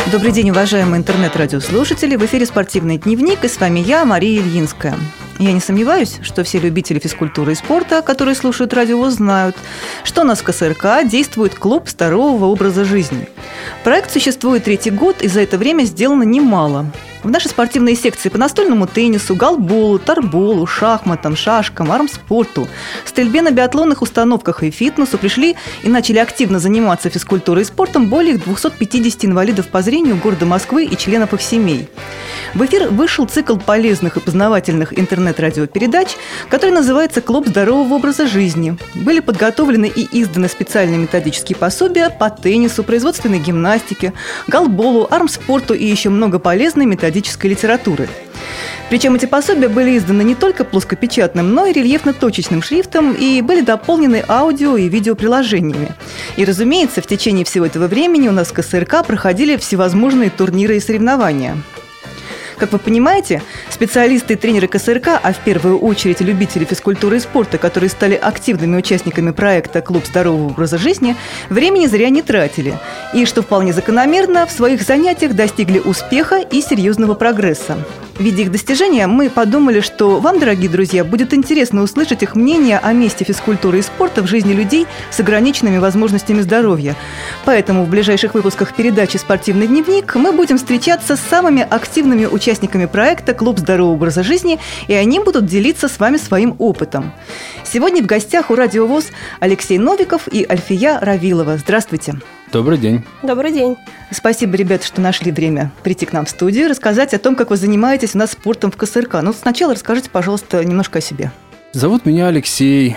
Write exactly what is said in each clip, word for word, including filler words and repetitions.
Добрый день, уважаемые интернет-радиослушатели. В эфире «Спортивный дневник», и с вами я, Мария Ильинская. Я не сомневаюсь, что все любители физкультуры и спорта, которые слушают радио, знают, что у нас в ка эс эр ка действует клуб здорового образа жизни. Проект существует третий год, и за это время сделано немало. В наши спортивные секции по настольному теннису, голболу, тарболу, шахматам, шашкам, армспорту, стрельбе на биатлонных установках и фитнесу пришли и начали активно заниматься физкультурой и спортом более двести пятьдесят инвалидов по зрению города Москвы и членов их семей. В эфир вышел цикл полезных и познавательных интернет-радиопередач, который называется «Клуб здорового образа жизни». Были подготовлены и изданы специальные методические пособия по теннису, производственной гимнастике, голболу, армспорту и еще много полезной методической литературы. Причем эти пособия были изданы не только плоскопечатным, но и рельефно-точечным шрифтом и были дополнены аудио и видеоприложениями. И, разумеется, в течение всего этого времени у нас в ка эс эр ка проходили всевозможные турниры и соревнования. Как вы понимаете, специалисты и тренеры ка эс эр ка, а в первую очередь любители физкультуры и спорта, которые стали активными участниками проекта «Клуб здорового образа жизни», времени зря не тратили. И, что вполне закономерно, в своих занятиях достигли успеха и серьезного прогресса. Видя их достижения, мы подумали, что вам, дорогие друзья, будет интересно услышать их мнение о месте физкультуры и спорта в жизни людей с ограниченными возможностями здоровья. Поэтому в ближайших выпусках передачи «Спортивный дневник» мы будем встречаться с самыми активными участниками проекта «Клуб здорового образа жизни», и они будут делиться с вами своим опытом. Сегодня в гостях у Радио ВОС Алексей Новиков и Альфия Равилова. Здравствуйте. Добрый день. Добрый день. Спасибо, ребята, что нашли время прийти к нам в студию и рассказать о том, как вы занимаетесь у нас спортом в ка эс эр ка. Ну, сначала расскажите, пожалуйста, немножко о себе. Зовут меня Алексей.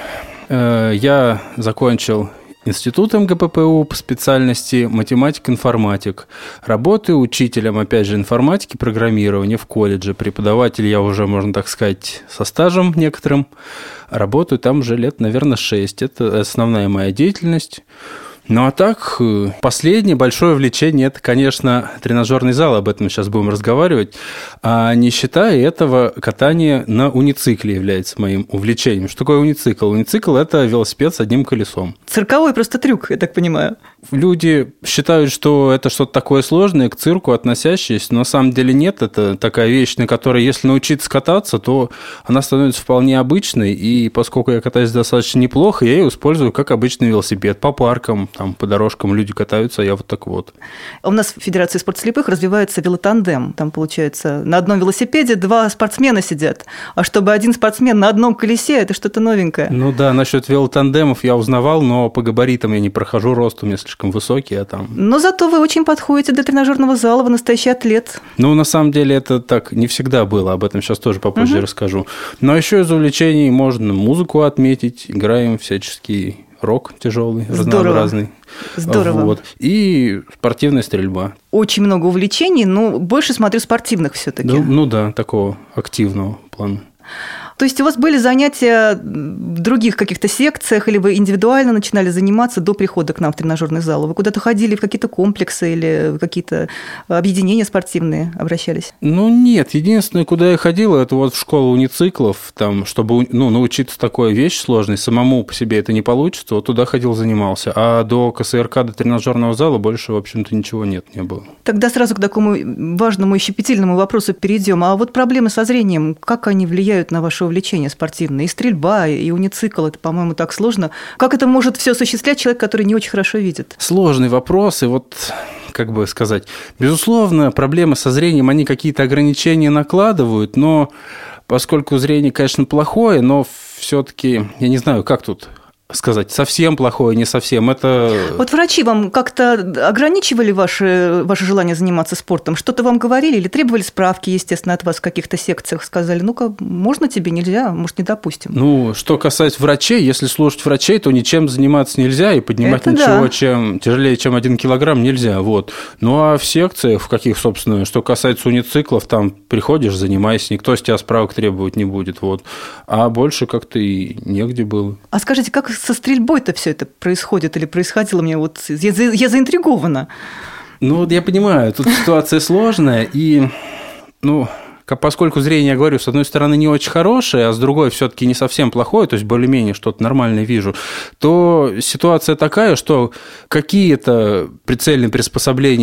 Я закончил институт эм гэ пэ пэ у по специальности математик-информатик. Работаю учителем, опять же, информатики, программирования в колледже. Преподаватель я уже, можно так сказать, со стажем некоторым. Работаю там уже лет, наверное, шесть. Это основная моя деятельность. Ну, а так, последнее большое увлечение – это, конечно, тренажерный зал, об этом сейчас будем разговаривать. А не считая этого, катание на уницикле является моим увлечением. Что такое уницикл? Уницикл – это велосипед с одним колесом. Цирковой просто трюк, я так понимаю. Люди считают, что это что-то такое сложное, к цирку относящееся, но на самом деле нет. Это такая вещь, на которой, если научиться кататься, то она становится вполне обычной. И поскольку я катаюсь достаточно неплохо, я ее использую как обычный велосипед по паркам. Там по дорожкам люди катаются, а я вот так вот. У нас в Федерации спорта слепых развивается велотандем. Там, получается, на одном велосипеде два спортсмена сидят. А чтобы один спортсмен на одном колесе, это что-то новенькое. Ну да, насчет велотандемов я узнавал, но по габаритам я не прохожу, рост у меня слишком высокий, а там... Но зато вы очень подходите для тренажерного зала, вы настоящий атлет. Ну, на самом деле, это так не всегда было, об этом сейчас тоже попозже угу. расскажу. Но еще из увлечений можно музыку отметить, играем всяческие... Рок тяжелый, Здорово. разнообразный. Здорово. Вот. И спортивная стрельба. Очень много увлечений, но больше смотрю спортивных все-таки. Ну, ну да, такого активного плана. То есть у вас были занятия в других каких-то секциях, или вы индивидуально начинали заниматься до прихода к нам в тренажерный зал? Вы куда-то ходили в какие-то комплексы или в какие-то объединения спортивные обращались? Ну, нет. Единственное, куда я ходил, это вот в школу унициклов, там, чтобы ну, научиться такой вещи сложной, самому по себе это не получится, вот туда ходил, занимался. А до ка эс эр ка, до тренажерного зала больше, в общем-то, ничего нет, не было. Тогда сразу к такому важному и щепетильному вопросу перейдем. А вот проблемы со зрением, как они влияют на ваше увлечение спортивное? И стрельба, и уницикл, это, по-моему, так сложно. Как это может все осуществлять человек, который не очень хорошо видит? Сложный вопрос, и вот, как бы сказать, безусловно, проблемы со зрением, они какие-то ограничения накладывают, но поскольку зрение, конечно, плохое, но все-таки, я не знаю, как тут сказать, совсем плохое, не совсем. Это... Вот врачи вам как-то ограничивали ваше, ваше желание заниматься спортом? Что-то вам говорили или требовали справки, естественно, от вас в каких-то секциях? Сказали, ну-ка, можно тебе, нельзя, может, не допустим? Ну, что касается врачей, если слушать врачей, то ничем заниматься нельзя, и поднимать это ничего, да. чем тяжелее, чем один килограмм, нельзя. Вот. Ну, а в секциях, в каких, собственно, что касается унициклов, там приходишь, занимайся, никто с тебя справок требовать не будет. Вот. А больше как-то и негде было. А скажите, как со стрельбой-то все это происходит или происходило? Мне вот я, я заинтригована. Ну, вот я понимаю, тут ситуация сложная, и, ну, поскольку зрение, я говорю, с одной стороны не очень хорошее, а с другой все-таки не совсем плохое, то есть более-менее что-то нормальное вижу, то ситуация такая, что какие-то прицельные приспособления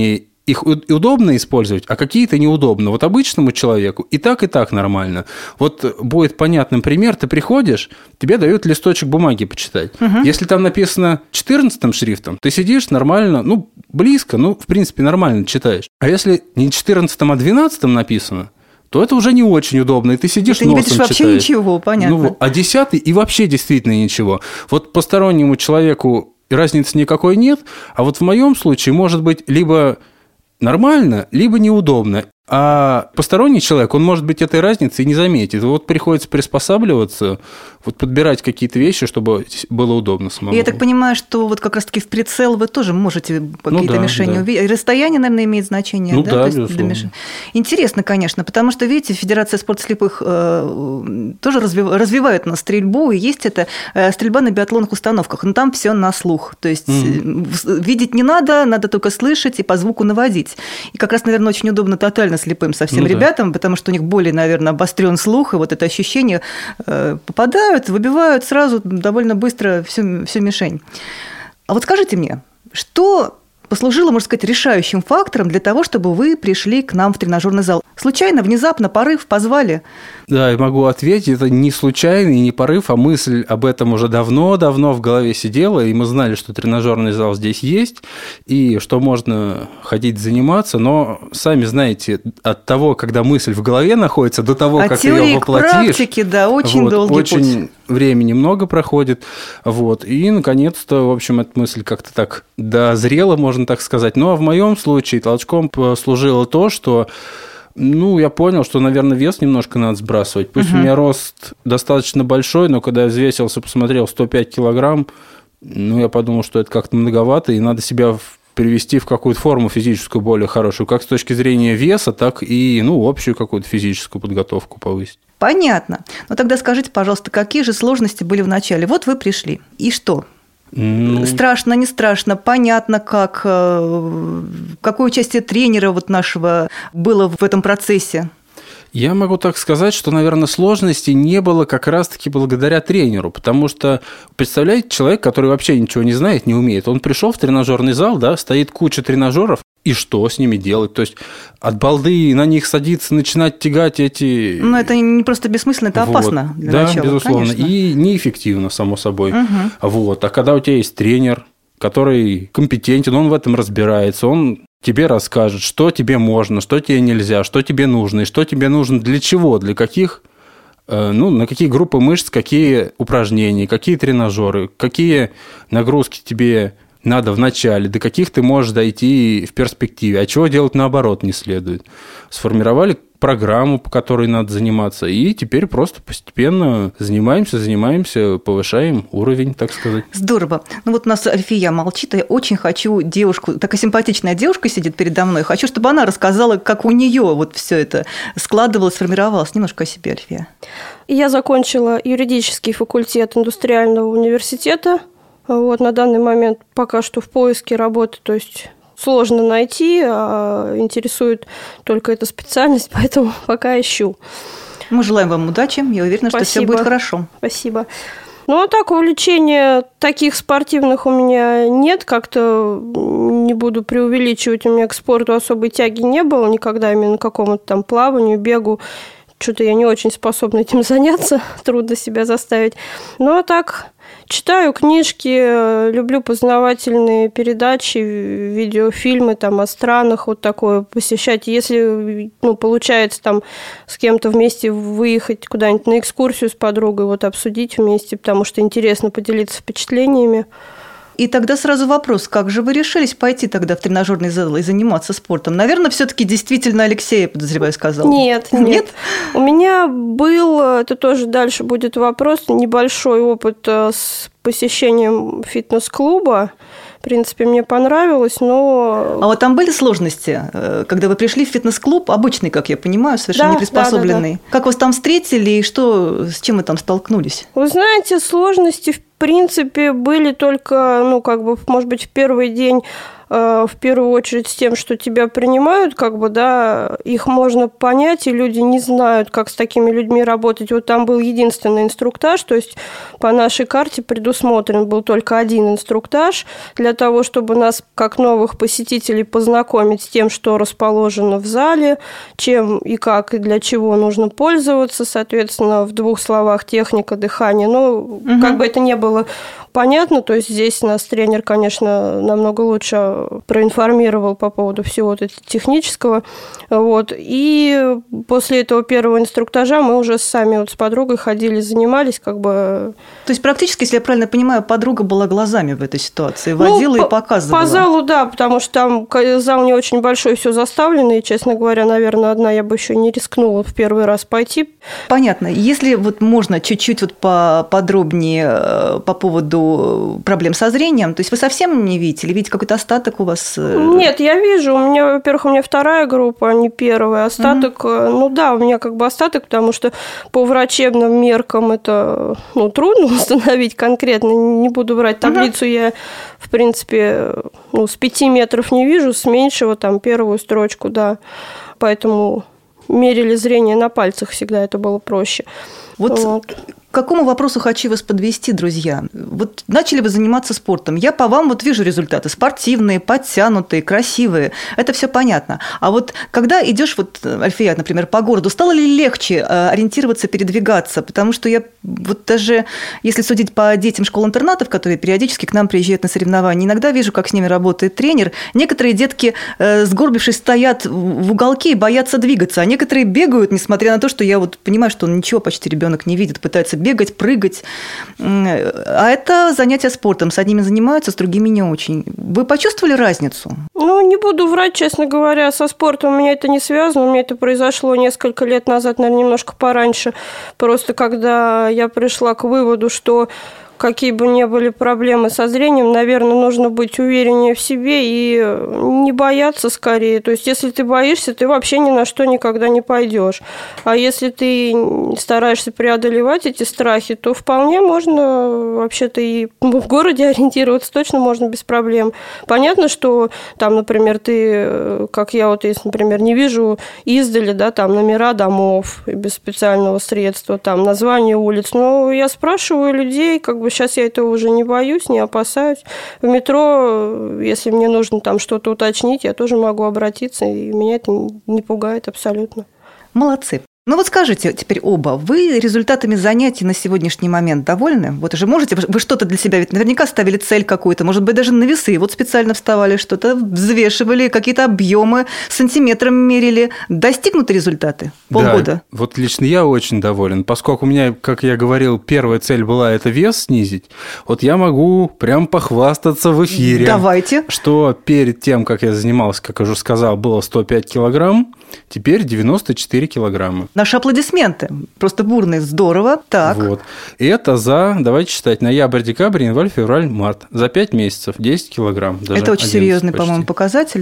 их удобно использовать, а какие-то неудобно. Вот обычному человеку и так, и так нормально. Вот будет понятным пример. Ты приходишь, тебе дают листочек бумаги почитать. Угу. Если там написано четырнадцатым шрифтом, ты сидишь нормально, ну, близко, ну, в принципе, нормально читаешь. А если не четырнадцатым, а двенадцатым написано, то это уже не очень удобно, и ты сидишь, носом читаешь. Ты не видишь вообще ничего, понятно. Ну, а десятый и вообще действительно ничего. Вот постороннему человеку разницы никакой нет, а вот в моем случае может быть либо нормально, либо неудобно. А посторонний человек, он, может быть, этой разницы и не заметит. Вот приходится приспосабливаться, вот подбирать какие-то вещи, чтобы было удобно самому. Я так понимаю, что вот как раз-таки в прицел вы тоже можете какие-то ну, да, мишени да. увидеть. Расстояние, наверное, имеет значение. Ну да, да, То есть безусловно. Миш... Интересно, конечно, потому что, видите, Федерация спорта слепых э, тоже развив... развивает на стрельбу, и есть это э, стрельба на биатлонных установках, но там все на слух. То есть mm-hmm. видеть не надо, надо только слышать и по звуку наводить. И как раз, наверное, очень удобно тотально слепым совсем ну, ребятам, да. потому что у них более, наверное, обострен слух, и вот это ощущение э, попадают, выбивают сразу довольно быстро всю, всю мишень. А вот скажите мне, что послужило, можно сказать, решающим фактором для того, чтобы вы пришли к нам в тренажерный зал? Случайно, внезапно, порыв, позвали? Да, я могу ответить, это не случайный, не порыв, а мысль об этом уже давно-давно в голове сидела, и мы знали, что тренажерный зал здесь есть, и что можно ходить заниматься, но, сами знаете, от того, когда мысль в голове находится, до того, от как ее воплотишь... От практики, да, очень вот, долгий очень путь. Времени много проходит, вот, и, наконец-то, в общем, эта мысль как-то так дозрела, можно так сказать. Ну, а в моем случае толчком послужило то, что ну, я понял, что, наверное, вес немножко надо сбрасывать. Пусть uh-huh. у меня рост достаточно большой, но когда я взвесился, посмотрел сто пять килограмм, ну, я подумал, что это как-то многовато, и надо себя привести в какую-то форму физическую более хорошую, как с точки зрения веса, так и, ну, общую какую-то физическую подготовку повысить. Понятно. Но тогда скажите, пожалуйста, какие же сложности были в начале? Вот вы пришли, и что? Ну... Страшно, не страшно, понятно, как, какое участие тренера вот нашего было в этом процессе? Я могу так сказать, что, наверное, сложностей не было как раз-таки благодаря тренеру, потому что, представляете, человек, который вообще ничего не знает, не умеет, он пришел в тренажерный зал, да, стоит куча тренажеров, и что с ними делать? То есть от балды на них садиться, начинать тягать эти... Ну, это не просто бессмысленно, это вот. Опасно для да, начала. Да, безусловно, конечно. И неэффективно, само собой. Угу. Вот. А когда у тебя есть тренер, который компетентен, он в этом разбирается, он тебе расскажет, что тебе можно, что тебе нельзя, что тебе нужно, и что тебе нужно для чего, для каких, ну, на какие группы мышц, какие упражнения, какие тренажеры, какие нагрузки тебе надо в начале, до каких ты можешь дойти в перспективе, а чего делать наоборот не следует. Сформировали программу, по которой надо заниматься, и теперь просто постепенно занимаемся, занимаемся, повышаем уровень, так сказать. Здорово. Ну вот у нас Альфия молчит, а я очень хочу девушку, такая симпатичная девушка сидит передо мной, хочу, чтобы она рассказала, как у нее вот все это складывалось, сформировалось. Немножко о себе, Альфия. Я закончила юридический факультет индустриального университета. Вот, на данный момент пока что в поиске работы, то есть сложно найти, а интересует только эта специальность, поэтому пока ищу. Мы желаем вам удачи, я уверена, что Спасибо. Все будет хорошо. Спасибо. Ну, а так, увлечения таких спортивных у меня нет, как-то не буду преувеличивать, у меня к спорту особой тяги не было никогда, именно к какому-то там плаванию, бегу. Что-то я не очень способна этим заняться, трудно себя заставить. Ну, а так... Читаю книжки, люблю познавательные передачи, видеофильмы там, о странах, вот такое посещать. Если ну, получается там с кем-то вместе выехать куда-нибудь на экскурсию с подругой, вот обсудить вместе, потому что интересно поделиться впечатлениями. И тогда сразу вопрос, как же вы решились пойти тогда в тренажерный зал и заниматься спортом? Наверное, все-таки действительно Алексей, я подозреваю, сказал. Нет, нет, нет. У меня был, это тоже дальше будет вопрос, небольшой опыт с посещением фитнес-клуба. В принципе, мне понравилось, но... А вот там были сложности, когда вы пришли в фитнес-клуб, обычный, как я понимаю, совершенно да, не приспособленный? Да, да, да. Как вас там встретили и что, с чем вы там столкнулись? Вы знаете, сложности, в принципе, были только, ну, как бы, может быть, в первый день в первую очередь с тем, что тебя принимают, как бы, да, их можно понять, и люди не знают, как с такими людьми работать. Вот там был единственный инструктаж, то есть по нашей карте предусмотрен был только один инструктаж для того, чтобы нас, как новых посетителей, познакомить с тем, что расположено в зале, чем и как, и для чего нужно пользоваться, соответственно, в двух словах техника дыхания. Ну, угу. как бы это не было понятно, то есть здесь нас тренер, конечно, намного лучше проинформировал по поводу всего вот этого технического. Вот. И после этого первого инструктажа мы уже сами вот с подругой ходили, занимались, как бы... То есть практически, если я правильно понимаю, подруга была глазами в этой ситуации, водила ну, и показывала? По залу, да, потому что там зал не очень большой, все заставлено, и, честно говоря, наверное, одна я бы еще не рискнула в первый раз пойти. Понятно. Если вот можно чуть-чуть вот поподробнее по поводу проблем со зрением, то есть вы совсем не видите или видите какой-то остаток у вас? Нет, я вижу. У меня, во-первых, у меня вторая группа, а не первая. Остаток, угу. ну да, у меня как бы остаток, потому что по врачебным меркам это ну, трудно установить конкретно. Не буду брать таблицу, угу. я, в принципе, ну, с пяти метров не вижу, с меньшего там первую строчку, да. Поэтому мерили зрение на пальцах всегда, это было проще. Вот, вот. К какому вопросу хочу вас подвести, друзья? Вот начали вы заниматься спортом. Я по вам вот вижу результаты. Спортивные, подтянутые, красивые. Это все понятно. А вот когда идешь, вот, Альфия, например, по городу, стало ли легче ориентироваться, передвигаться? Потому что я вот даже, если судить по детям школ-интернатов, которые периодически к нам приезжают на соревнования, иногда вижу, как с ними работает тренер. Некоторые детки, сгорбившись, стоят в уголке и боятся двигаться, а некоторые бегают, несмотря на то, что я вот понимаю, что ничего почти ребенок не видит, пытается бегать, прыгать. А это занятия спортом. С одними занимаются, с другими не очень. Вы почувствовали разницу? Ну, не буду врать, честно говоря. Со спортом у меня это не связано. У меня это произошло несколько лет назад, наверное, немножко пораньше. Просто когда я пришла к выводу, что какие бы ни были проблемы со зрением, наверное, нужно быть увереннее в себе и не бояться скорее. То есть, если ты боишься, ты вообще ни на что никогда не пойдешь. А если ты стараешься преодолевать эти страхи, то вполне можно вообще-то и в городе ориентироваться точно можно без проблем. Понятно, что там, например, ты, как я вот, если, например, не вижу издали, да, там номера домов без специального средства, там название улиц, но я спрашиваю людей, как бы сейчас я этого уже не боюсь, не опасаюсь. В метро, если мне нужно там что-то уточнить, я тоже могу обратиться, и меня это не пугает абсолютно. Молодцы. Ну вот скажите теперь оба, вы результатами занятий на сегодняшний момент довольны? Вот уже можете, вы что-то для себя, ведь наверняка ставили цель какую-то, может быть, даже на весы, вот специально вставали, что-то взвешивали, какие-то объемы, сантиметром мерили. Достигнуты результаты? Полгода? Да, вот лично я очень доволен, поскольку у меня, как я говорил, первая цель была это вес снизить, вот я могу прям похвастаться в эфире. Давайте. Что перед тем, как я занимался, как я уже сказал, было сто пять килограмм, теперь девяносто четыре килограмма. Наши аплодисменты. Просто бурные, здорово. Так. Вот. И это за, давайте считать, ноябрь, декабрь, январь, февраль, март. За пять месяцев десять килограмм. Даже это очень серьезный, почти. По-моему, показатель.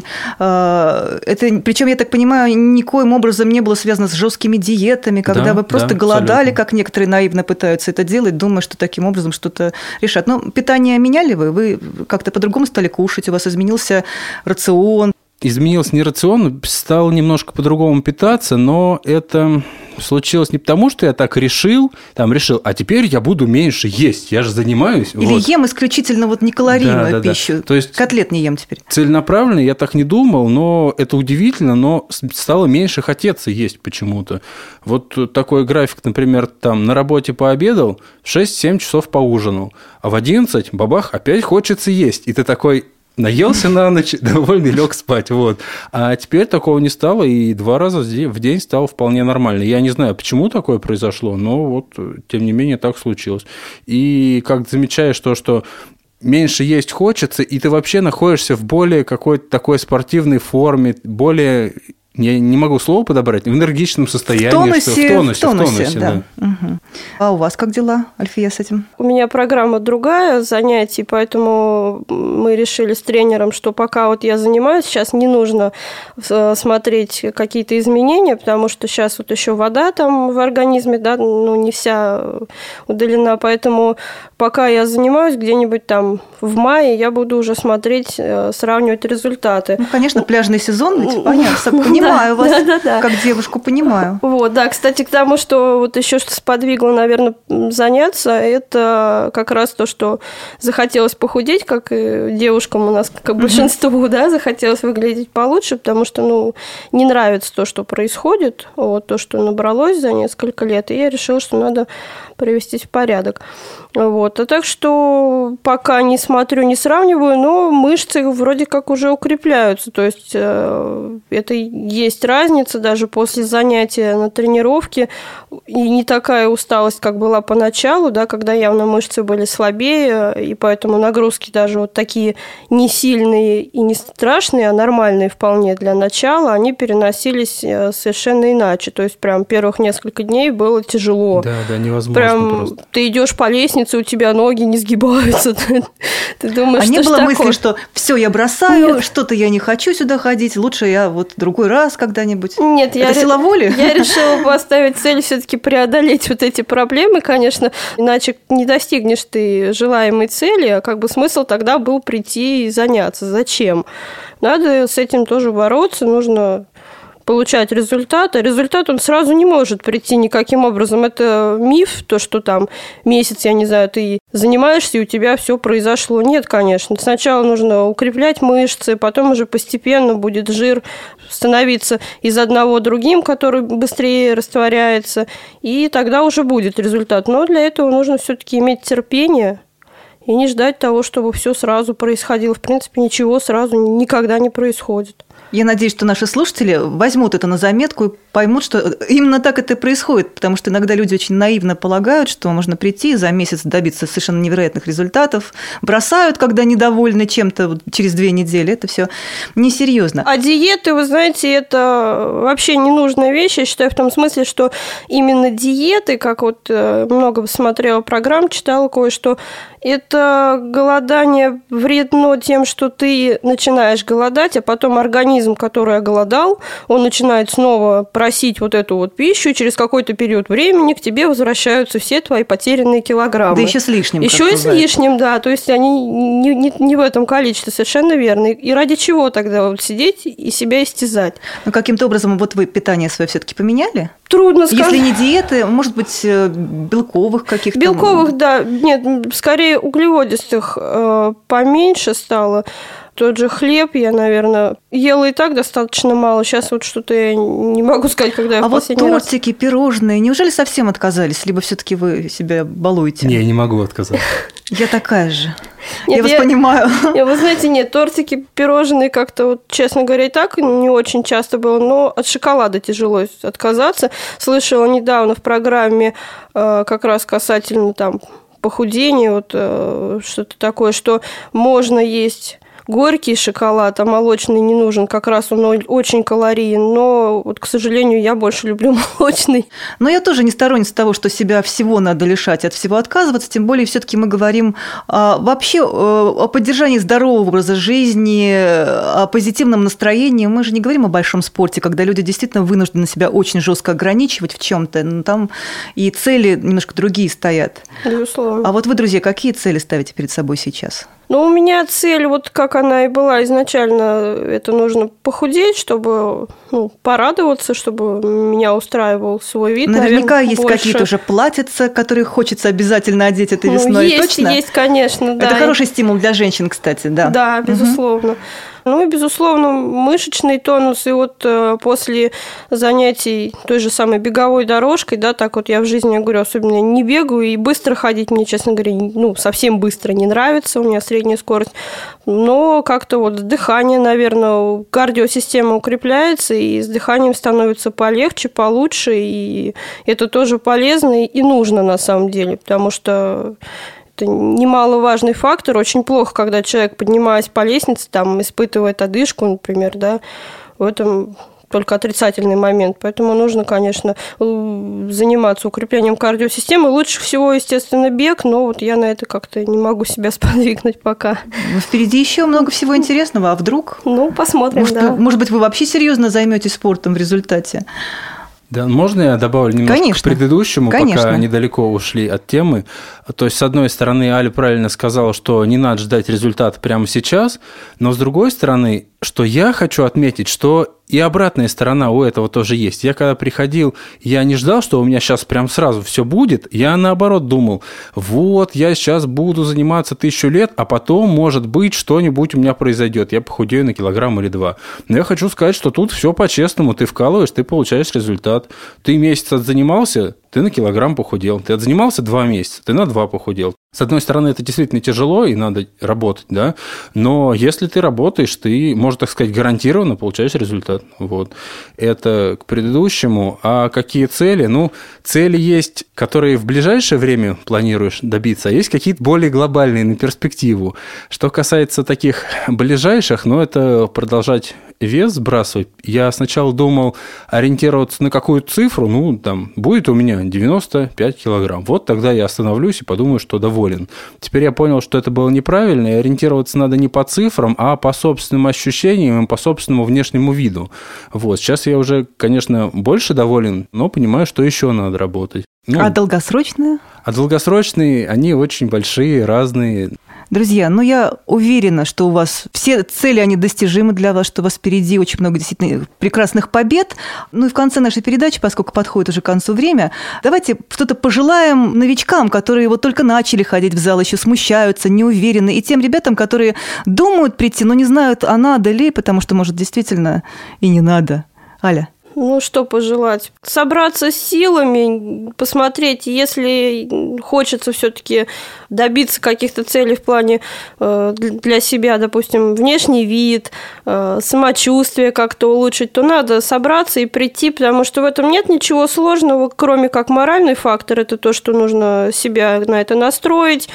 Это, причем, я так понимаю, никоим образом не было связано с жесткими диетами, когда да, вы просто да, голодали, абсолютно. Как некоторые наивно пытаются это делать, думая, что таким образом что-то решат. Но питание меняли вы? Вы как-то по-другому стали кушать? У вас изменился рацион? Изменился не рацион, стал немножко по-другому питаться, но это случилось не потому, что я так решил, там решил, а теперь я буду меньше есть, я же занимаюсь. Или вот. Ем исключительно вот некалорийную да, да, пищу, да. То есть котлет не ем теперь. Целенаправленно я так не думал, но это удивительно, но стало меньше хотеться есть почему-то. Вот такой график, например, там на работе пообедал, в шесть-семь часов поужинал, а в одиннадцать, бабах, опять хочется есть, и ты такой... Наелся на ночь, довольный, лег спать. Вот. А теперь такого не стало, и два раза в день стало вполне нормально. Я не знаю, почему такое произошло, но вот, тем не менее, так случилось. И как замечаешь то, что меньше есть хочется, и ты вообще находишься в более какой-то такой спортивной форме, более Я не могу слово подобрать, в энергичном состоянии. В тонусе, что, в тонусе, в тонусе, в тонусе, да. да. Угу. А у вас как дела, Альфия, с этим? У меня программа другая занятий, поэтому мы решили с тренером, что пока вот я занимаюсь, сейчас не нужно смотреть какие-то изменения, потому что сейчас вот еще вода там в организме, да, ну не вся удалена, поэтому пока я занимаюсь где-нибудь там в мае, я буду уже смотреть, сравнивать результаты. Ну, конечно, пляжный сезон, ведь понятно, понимаю вас, как девушку понимаю. Вот, да, кстати, к тому, что вот еще что сподвигло, наверное, заняться, это как раз то, что захотелось похудеть, как и девушкам у нас, как большинству, да, захотелось выглядеть получше, потому что, ну, не нравится то, что происходит, вот, то, что набралось за несколько лет, и я решила, что надо привести в порядок. Вот. А так что пока не смотрю, не сравниваю, но мышцы вроде как уже укрепляются. То есть э, это есть разница даже после занятия на тренировке. И не такая усталость, как была поначалу, да, когда явно мышцы были слабее, и поэтому нагрузки даже вот такие не сильные и не страшные, а нормальные вполне для начала, они переносились совершенно иначе. То есть прям первых несколько дней было тяжело. Да, да, невозможно прям просто. Ты идешь по лестнице, у тебя ноги не сгибаются. Ты думаешь, а что не было такое? мысли, что все, я бросаю, что-то я не хочу сюда ходить, лучше я вот другой раз когда-нибудь? Нет, это я сила воли? Я решила поставить цель все-таки преодолеть вот эти проблемы, конечно, иначе не достигнешь ты желаемой цели, а как бы смысл тогда был прийти и заняться. Зачем? Надо с этим тоже бороться, нужно получать результат, а результат он сразу не может прийти никаким образом. Это миф, то, что там месяц, я не знаю, ты занимаешься, и у тебя все произошло. Нет, конечно. Сначала нужно укреплять мышцы, потом уже постепенно будет жир становиться из одного другим, который быстрее растворяется, и тогда уже будет результат. Но для этого нужно все-таки иметь терпение и не ждать того, чтобы все сразу происходило. В принципе, ничего сразу никогда не происходит. Я надеюсь, что наши слушатели возьмут это на заметку и поймут, что именно так это и происходит, потому что иногда люди очень наивно полагают, что можно прийти и за месяц добиться совершенно невероятных результатов, бросают, когда недовольны чем-то через две недели. Это все несерьезно. А диеты, вы знаете, это вообще ненужная вещь. Я считаю в том смысле, что именно диеты, как вот много смотрела программ, читала кое-что, это голодание вредно тем, что ты начинаешь голодать, а потом организм, который оголодал, он начинает снова просить вот эту вот пищу, и через какой-то период времени к тебе возвращаются все твои потерянные килограммы. Да еще с лишним. Еще и с лишним, да. То есть они не, не, не в этом количестве, совершенно верно. И ради чего тогда вот сидеть и себя истязать? Ну, каким-то образом вот вы питание свое все-таки поменяли? Трудно сказать. Если не диеты, может быть, белковых каких-то? Белковых, да. Нет, скорее углеводистых э, поменьше стало. Тот же хлеб я, наверное, ела и так достаточно мало. Сейчас вот что-то я не могу сказать, когда я а в последний раз... А вот тортики, пирожные, неужели совсем отказались? Либо все-таки вы себя балуете? Не, я не могу отказаться. Я такая же. Нет, я вас я, понимаю. Я, вы знаете, нет, тортики, пирожные как-то, вот, честно говоря, и так не очень часто было, но от шоколада тяжело отказаться. Слышала недавно в программе э, как раз касательно там похудения, вот э, что-то такое, что можно есть горький шоколад, а молочный не нужен, как раз он очень калорийен, но, вот, к сожалению, я больше люблю молочный. Но я тоже не сторонница того, что себя всего надо лишать, от всего отказываться, тем более все-таки мы говорим а, вообще о поддержании здорового образа жизни, о позитивном настроении. Мы же не говорим о большом спорте, когда люди действительно вынуждены себя очень жестко ограничивать в чем-то, но там и цели немножко другие стоят. Безусловно. А вот вы, друзья, какие цели ставите перед собой сейчас? Ну, у меня цель, вот как она и была изначально, это нужно похудеть, чтобы ну, порадоваться, чтобы меня устраивал свой вид. Наверняка наверное, есть больше. Какие-то уже платьица, которые хочется обязательно одеть этой весной, ну, есть, точно? Есть, конечно, да. Это хороший стимул для женщин, кстати, да. Да, безусловно. Угу. Ну и, безусловно, мышечный тонус. И вот э, после занятий той же самой беговой дорожкой, да, так вот я в жизни, я говорю, особенно не бегаю, и быстро ходить мне, честно говоря, ну, совсем быстро не нравится, у меня средняя скорость. Но как-то вот дыхание, наверное, кардиосистема укрепляется, и с дыханием становится полегче, получше, и это тоже полезно и нужно на самом деле, потому что... Это немаловажный фактор. Очень плохо, когда человек, поднимаясь по лестнице, там, испытывает одышку, например, да. В этом только отрицательный момент. Поэтому нужно, конечно, заниматься укреплением кардиосистемы. Лучше всего, естественно, бег, но вот я на это как-то не могу себя сподвигнуть пока. Ну, впереди еще много всего интересного, а вдруг? Ну, посмотрим, может, да. Вы, может быть, вы вообще серьезно займетесь спортом в результате? Да, можно я добавлю немножко Конечно. к предыдущему, Конечно. пока недалеко ушли от темы? То есть, с одной стороны, Аля правильно сказала, что не надо ждать результата прямо сейчас, но с другой стороны, что я хочу отметить, что и обратная сторона у этого тоже есть. Я когда приходил, я не ждал, что у меня сейчас прям сразу все будет. Я наоборот думал, вот, я сейчас буду заниматься тысячу лет, а потом, может быть, что-нибудь у меня произойдет. Я похудею на килограмм или два. Но я хочу сказать, что тут все по-честному. Ты вкалываешь, ты получаешь результат. Ты месяц отзанимался, ты на килограмм похудел. Ты отзанимался два месяца, ты на два похудел. С одной стороны, это действительно тяжело, и надо работать, да, но если ты работаешь, ты, можно так сказать, гарантированно получаешь результат. Вот. Это к предыдущему. А какие цели? Ну, цели есть, которые в ближайшее время планируешь добиться, а есть какие-то более глобальные на перспективу. Что касается таких ближайших, ну, это продолжать вес сбрасывать. Я сначала думал ориентироваться на какую-то цифру, ну, там, будет у меня девяносто пять килограмм. Вот тогда я остановлюсь и подумаю, что доволен. Теперь я понял, что это было неправильно, и ориентироваться надо не по цифрам, а по собственным ощущениям и по собственному внешнему виду. Вот. Сейчас я уже, конечно, больше доволен, но понимаю, что еще надо работать. Ну, а долгосрочные? А долгосрочные, они очень большие, разные. Друзья, ну я уверена, что у вас все цели, они достижимы для вас, что у вас впереди очень много действительно прекрасных побед. Ну и в конце нашей передачи, поскольку подходит уже к концу время, давайте что-то пожелаем новичкам, которые вот только начали ходить в зал, еще смущаются, не уверены, и тем ребятам, которые думают прийти, но не знают, а надо ли, потому что, может, действительно и не надо. Аля? Ну, что пожелать? Собраться с силами, посмотреть, если хочется все-таки добиться каких-то целей в плане э, для себя, допустим, внешний вид, э, самочувствие как-то улучшить, то надо собраться и прийти, потому что в этом нет ничего сложного, кроме как моральный фактор. Это то, что нужно себя на это настроить,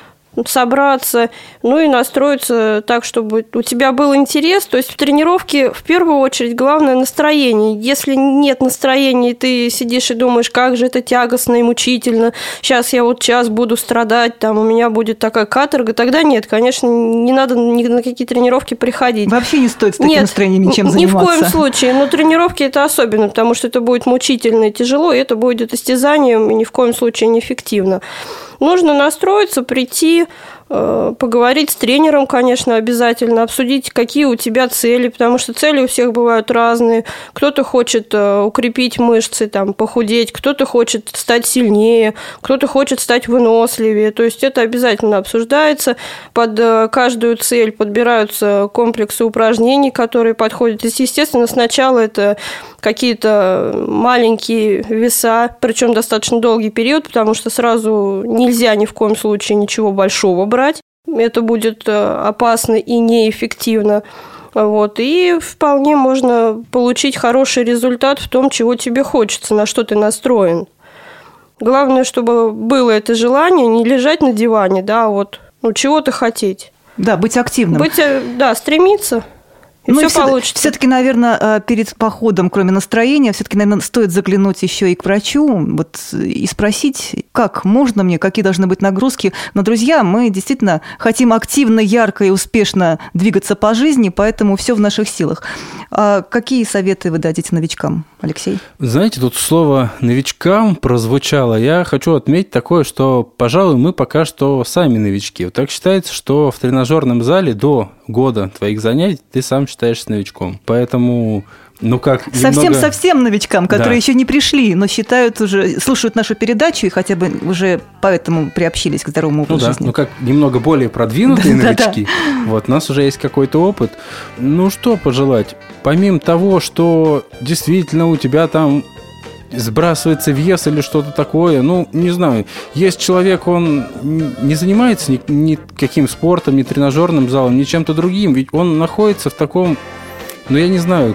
собраться, ну и настроиться так, чтобы у тебя был интерес. То есть в тренировке в первую очередь главное настроение. Если нет настроения, и ты сидишь и думаешь, как же это тягостно и мучительно, сейчас я вот час буду страдать, там у меня будет такая каторга, тогда нет, конечно, не надо ни на какие тренировки приходить. Вообще не стоит с таким нет, настроением ничем заниматься. Ни в коем случае, но тренировки это особенно, потому что это будет мучительно и тяжело, и это будет истязанием, и ни в коем случае неэффективно. Нужно настроиться, прийти, поговорить с тренером, конечно, обязательно, обсудить, какие у тебя цели, потому что цели у всех бывают разные. Кто-то хочет укрепить мышцы, там, похудеть, кто-то хочет стать сильнее, кто-то хочет стать выносливее. То есть это обязательно обсуждается. Под каждую цель подбираются комплексы упражнений, которые подходят. Естественно, сначала это какие-то маленькие веса, причем достаточно долгий период, потому что сразу нельзя ни в коем случае ничего большого брать. Это будет опасно и неэффективно. Вот. И вполне можно получить хороший результат в том, чего тебе хочется, на что ты настроен. Главное, чтобы было это желание, не лежать на диване, да, а вот, ну, чего-то хотеть. Да, быть активным. Быть, да, стремиться. И ну, все получится. Все-таки, наверное, перед походом, кроме настроения, все-таки, наверное, стоит заглянуть еще и к врачу, вот, и спросить, как можно мне, какие должны быть нагрузки. Но, друзья, мы действительно хотим активно, ярко и успешно двигаться по жизни, поэтому все в наших силах. А какие советы вы дадите новичкам, Алексей? Знаете, тут слово «новичкам» прозвучало. Я хочу отметить такое, что, пожалуй, мы пока что сами новички. Вот так считается, что в тренажерном зале до года твоих занятий ты сам считаешься новичком. Поэтому, ну как... Совсем-совсем немного... новичкам, которые да. еще не пришли, но считают уже, слушают нашу передачу и хотя бы уже поэтому приобщились к здоровому образу ну, жизни. Да. Ну как немного более продвинутые новички. Вот, у нас уже есть какой-то опыт. Ну что пожелать? Помимо того, что действительно у тебя там сбрасывается вес или что-то такое, ну, не знаю. Есть человек, он не занимается ни, ни каким спортом, ни тренажерным залом, ни чем-то другим, ведь он находится в таком, ну, я не знаю, как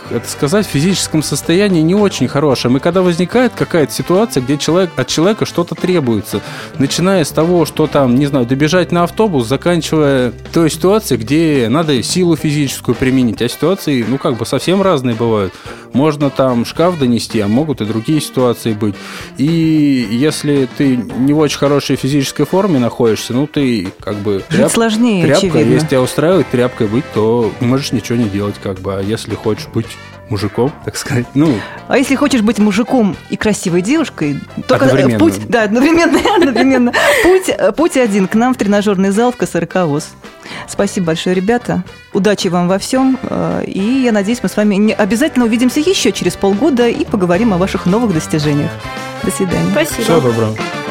это сказать, в физическом состоянии не очень хорошем. И когда возникает какая-то ситуация, где человек, от человека что-то требуется, начиная с того, что там, не знаю, добежать на автобус, заканчивая той ситуацией, где надо силу физическую применить, а ситуации, ну, как бы совсем разные бывают. Можно там шкаф донести, а могут и другие ситуации быть. И если ты не в очень хорошей физической форме находишься, ну, ты как бы... Тряп, сложнее, тряпка, очевидно. Если тебя устраивает тряпкой быть, то можешь ничего не делать, как бы. А если хочешь быть мужиком, так сказать, ну... А если хочешь быть мужиком и красивой девушкой, только одновременно. путь... Да, одновременно, одновременно. Путь, путь один, к нам в тренажерный зал в КСРК ВОС. Спасибо большое, ребята. Удачи вам во всем. И я надеюсь, мы с вами обязательно увидимся еще через полгода и поговорим о ваших новых достижениях. До свидания. Спасибо. Всего доброго.